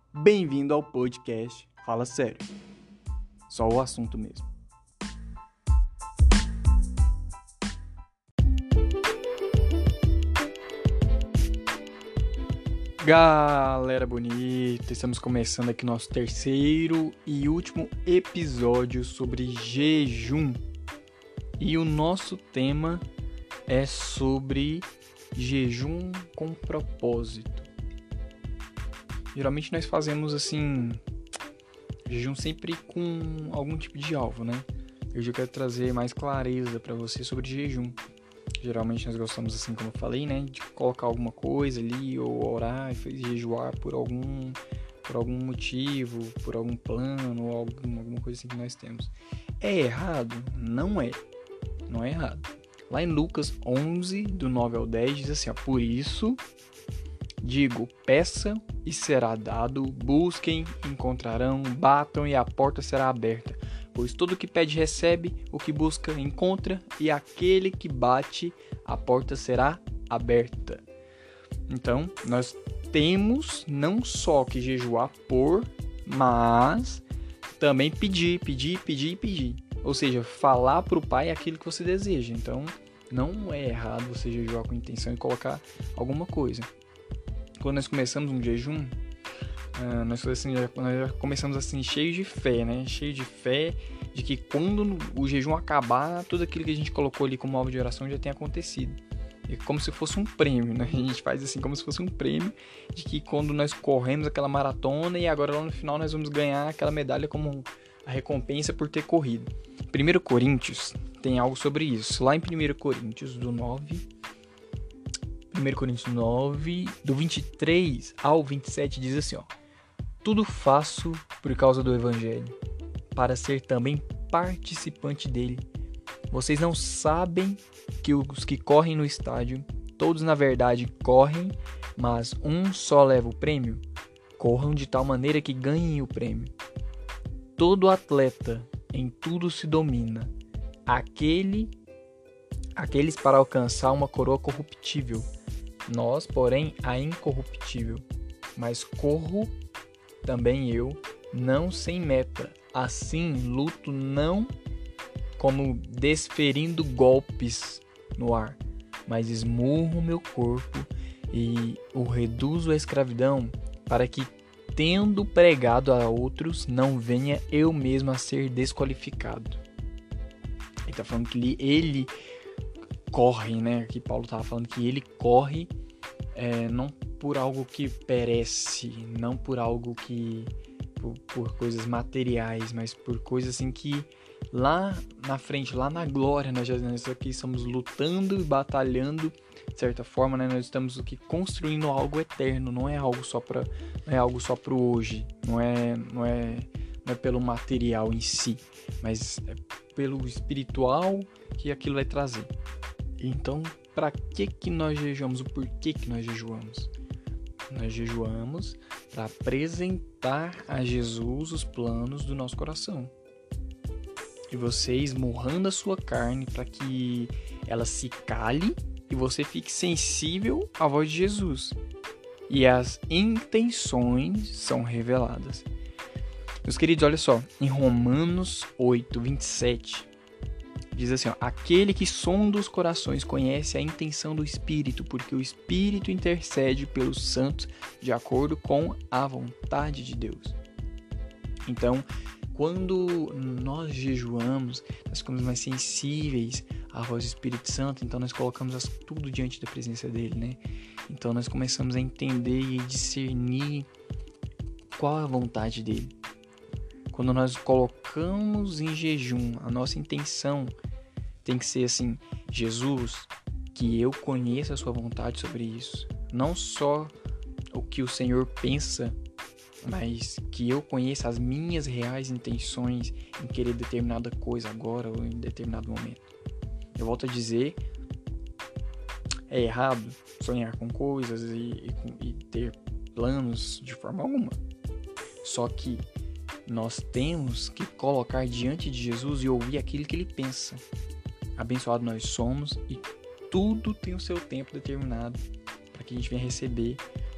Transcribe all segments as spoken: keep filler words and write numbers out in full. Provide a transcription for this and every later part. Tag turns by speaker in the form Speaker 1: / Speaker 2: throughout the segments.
Speaker 1: Bem-vindo ao podcast Fala Sério. Só o assunto mesmo. Galera bonita, estamos começando aqui nosso terceiro e último episódio sobre jejum. E o nosso tema é sobre jejum com propósito. Geralmente nós fazemos assim, jejum sempre com algum tipo de alvo, né? Hoje eu quero trazer mais clareza para você sobre jejum. Geralmente nós gostamos, assim como eu falei, né, de colocar alguma coisa ali, ou orar e jejuar por algum, por algum motivo, por algum plano, ou algum, alguma coisa assim que nós temos. É errado? Não é. Não é errado. Lá em Lucas onze, do nove ao dez, diz assim, ó, por isso, digo, peçam e será dado, busquem, encontrarão, batam e a porta será aberta. Pois todo o que pede recebe, o que busca encontra, e aquele que bate, a porta será aberta. Então, nós temos não só que jejuar por, mas também pedir, pedir, pedir e pedir. Ou seja, falar para o Pai aquilo que você deseja. Então, não é errado você jejuar com intenção e colocar alguma coisa. Quando nós começamos um jejum, Uh, nós, assim, já, nós já começamos assim cheios de fé, né? Cheio de fé de que quando o jejum acabar, tudo aquilo que a gente colocou ali como alvo de oração já tem acontecido. É como se fosse um prêmio, né? A gente faz assim como se fosse um prêmio de que quando nós corremos aquela maratona e agora lá no final nós vamos ganhar aquela medalha como a recompensa por ter corrido. primeiro Coríntios tem algo sobre isso. Lá em primeiro Coríntios do nove... primeiro Coríntios nove, do vinte e três ao vinte e sete, diz assim, ó. Tudo faço por causa do Evangelho, para ser também participante dele. Vocês não sabem que os que correm no estádio, todos na verdade correm, mas um só leva o prêmio? Corram de tal maneira que ganhem o prêmio. Todo atleta em tudo se domina. Aquele, aqueles para alcançar uma coroa corruptível. Nós, porém, a incorruptível. Mas corro também eu, não sem meta. Assim, luto não como desferindo golpes no ar, mas esmurro meu corpo e o reduzo à escravidão, para que, tendo pregado a outros, não venha eu mesmo a ser desqualificado. Ele está falando que ele corre, né? Aqui Paulo estava falando que ele corre é, não por algo que perece, não por algo que por, por coisas materiais, mas por coisas assim que lá na frente, lá na glória, nós já nós aqui estamos lutando e batalhando, de certa forma, né? Nós estamos aqui construindo algo eterno, não é algo só para, não é algo só para o hoje, não é, não é, não é pelo material em si, mas é pelo espiritual que aquilo vai trazer. Então, para que que nós jejuamos? O porquê que nós jejuamos? Nós jejuamos para apresentar a Jesus os planos do nosso coração. E você esmurrando a sua carne para que ela se cale e você fique sensível à voz de Jesus. E as intenções são reveladas. Meus queridos, olha só, em Romanos oito, vinte e sete, diz assim, ó, aquele que sonda os corações conhece a intenção do Espírito, porque o Espírito intercede pelos santos de acordo com a vontade de Deus. Então, quando nós jejuamos, nós ficamos mais sensíveis à voz do Espírito Santo, então nós colocamos tudo diante da presença dele, né? Então nós começamos a entender e discernir qual é a vontade dele. Quando nós colocamos em jejum, a nossa intenção tem que ser assim, Jesus, que eu conheça a sua vontade sobre isso. Não só o que o Senhor pensa, mas que eu conheça as minhas reais intenções em querer determinada coisa agora ou em determinado momento. Eu volto a dizer, é errado sonhar com coisas e, e, e ter planos de forma alguma. Só que nós temos que colocar diante de Jesus e ouvir aquilo que ele pensa. Abençoado nós somos e tudo tem o seu tempo determinado para que a gente venha receber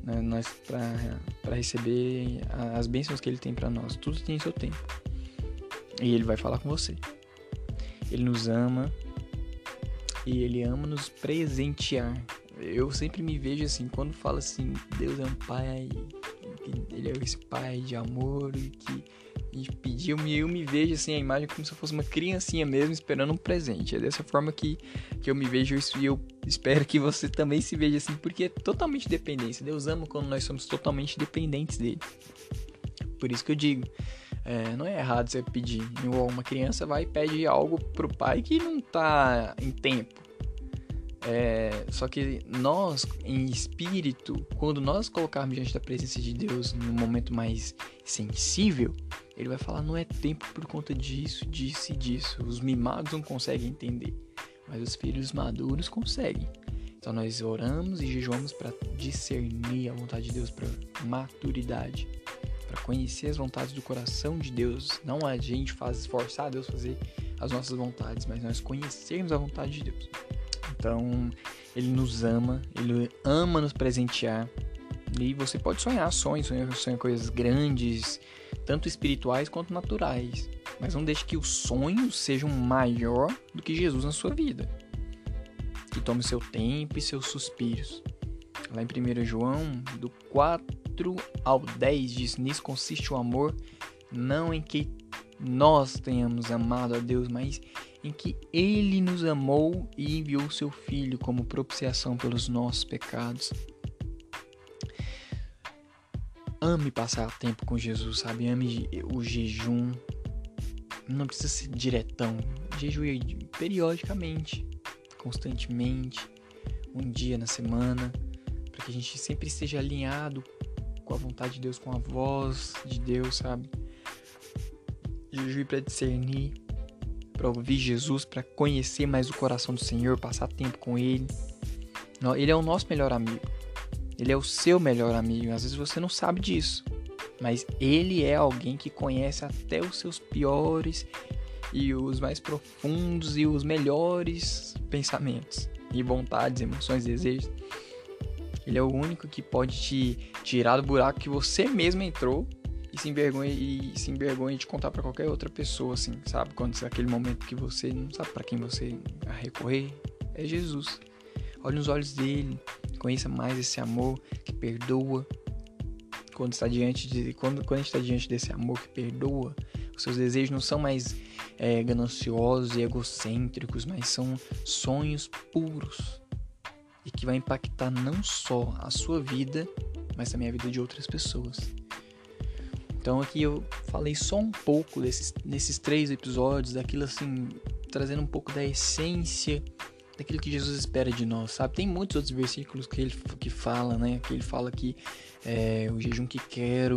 Speaker 1: né? Nós para receber as bênçãos que ele tem para nós. Tudo tem seu tempo. E ele vai falar com você. Ele nos ama e ele ama nos presentear. Eu sempre me vejo assim, quando fala assim, Deus é um pai, ele é esse pai de amor e que a gente pediu, eu me vejo assim, a imagem como se eu fosse uma criancinha mesmo esperando um presente. É dessa forma que, que eu me vejo isso e eu espero que você também se veja assim, porque é totalmente dependência. Deus ama quando nós somos totalmente dependentes dele. Por isso que eu digo, é, não é errado você pedir. Uma criança vai e pede algo pro pai que não tá em tempo. É, só que nós, em espírito, quando nós colocarmos diante da presença de Deus num momento mais sensível, ele vai falar, não é tempo por conta disso, disso e disso. Os mimados não conseguem entender, mas os filhos maduros conseguem. Então nós oramos e jejuamos para discernir a vontade de Deus, para maturidade, para conhecer as vontades do coração de Deus. Não a gente faz forçar a Deus a fazer as nossas vontades, mas nós conhecermos a vontade de Deus. Então, ele nos ama, ele ama nos presentear. E você pode sonhar sonhos, sonhar, sonhar coisas grandes, tanto espirituais quanto naturais. Mas não deixe que os sonhos sejam maior do que Jesus na sua vida. Que tome seu tempo e seus suspiros. Lá em primeiro João, do quatro ao dez, diz, nisso consiste o amor, não em que nós tenhamos amado a Deus, mas em que Ele nos amou e enviou seu Filho como propiciação pelos nossos pecados. Ame passar tempo com Jesus, sabe? Ame o jejum. Não precisa ser diretão. Jejue periodicamente, constantemente, um dia na semana, para que a gente sempre esteja alinhado com a vontade de Deus, com a voz de Deus, sabe? Jejue para discernir, para ouvir Jesus, para conhecer mais o coração do Senhor, passar tempo com Ele. Ele é o nosso melhor amigo. Ele é o seu melhor amigo. Às vezes você não sabe disso, mas Ele é alguém que conhece até os seus piores e os mais profundos e os melhores pensamentos e vontades, emoções, desejos. Ele é o único que pode te tirar do buraco que você mesmo entrou e se envergonha, e se envergonha de contar para qualquer outra pessoa, assim, sabe? Quando é aquele momento que você não sabe para quem você vai recorrer, é Jesus. Olhe nos olhos dele, conheça mais esse amor que perdoa. Quando está diante de, quando, quando a gente está diante desse amor que perdoa, os seus desejos não são mais é, gananciosos e egocêntricos, mas são sonhos puros e que vai impactar não só a sua vida, mas também a vida de outras pessoas. Então aqui eu falei só um pouco desses, nesses três episódios, daquilo assim, trazendo um pouco da essência daquilo que Jesus espera de nós, sabe? Tem muitos outros versículos que ele que fala, né? Que ele fala que é, o jejum que quero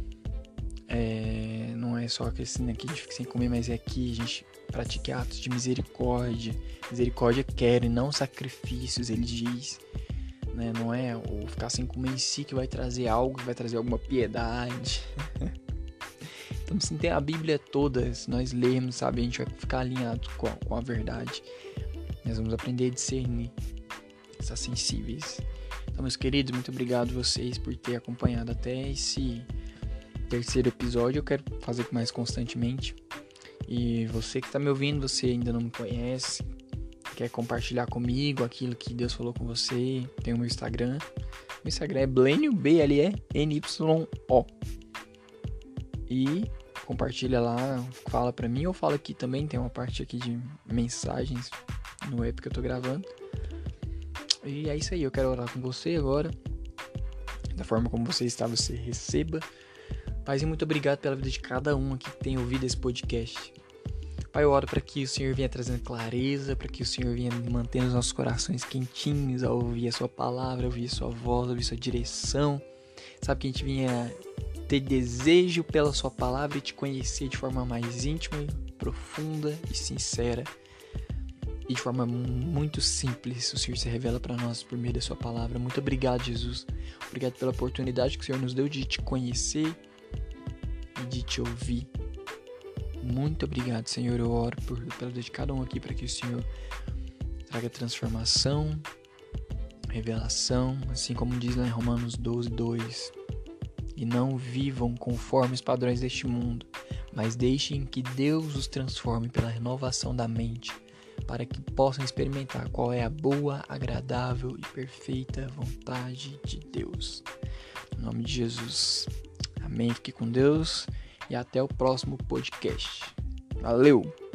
Speaker 1: é, não é só que assim, né, que a gente fica sem comer, mas é que a gente pratique atos de misericórdia. Misericórdia quero e não sacrifícios, ele diz. Né? Não é o ficar sem comer em si que vai trazer algo, que vai trazer alguma piedade. Então, assim, tem a Bíblia toda, se nós lermos, sabe, a gente vai ficar alinhado com a, com a verdade. Nós vamos aprender a discernir, estar sensíveis. Então, meus queridos, muito obrigado vocês por ter acompanhado até esse terceiro episódio. Eu quero fazer mais constantemente. E você que está me ouvindo, você ainda não me conhece, quer compartilhar comigo aquilo que Deus falou com você, tem o meu Instagram. Meu Instagram é Blenio, B L E N Y O. E compartilha lá, fala pra mim, ou fala aqui também, tem uma parte aqui de mensagens no app que eu tô gravando. E é isso aí, eu quero orar com você agora. Da forma como você está, você receba. Paizinho, muito obrigado pela vida de cada um aqui que tem ouvido esse podcast. Pai, eu oro para que o Senhor venha trazendo clareza, para que o Senhor venha mantendo os nossos corações quentinhos ao ouvir a sua palavra, ouvir a sua voz, ouvir a sua direção. Sabe, que a gente venha ter desejo pela sua palavra e te conhecer de forma mais íntima, profunda e sincera. E de forma muito simples, o Senhor se revela para nós por meio da sua palavra. Muito obrigado, Jesus. Obrigado pela oportunidade que o Senhor nos deu de te conhecer e de te ouvir. Muito obrigado, Senhor. Eu oro por, pela vida de cada um aqui, para que o Senhor traga transformação, revelação, assim como diz lá em Romanos doze, dois. E não vivam conforme os padrões deste mundo, mas deixem que Deus os transforme pela renovação da mente, para que possam experimentar qual é a boa, agradável e perfeita vontade de Deus. Em nome de Jesus. Amém. Fique com Deus e até o próximo podcast. Valeu!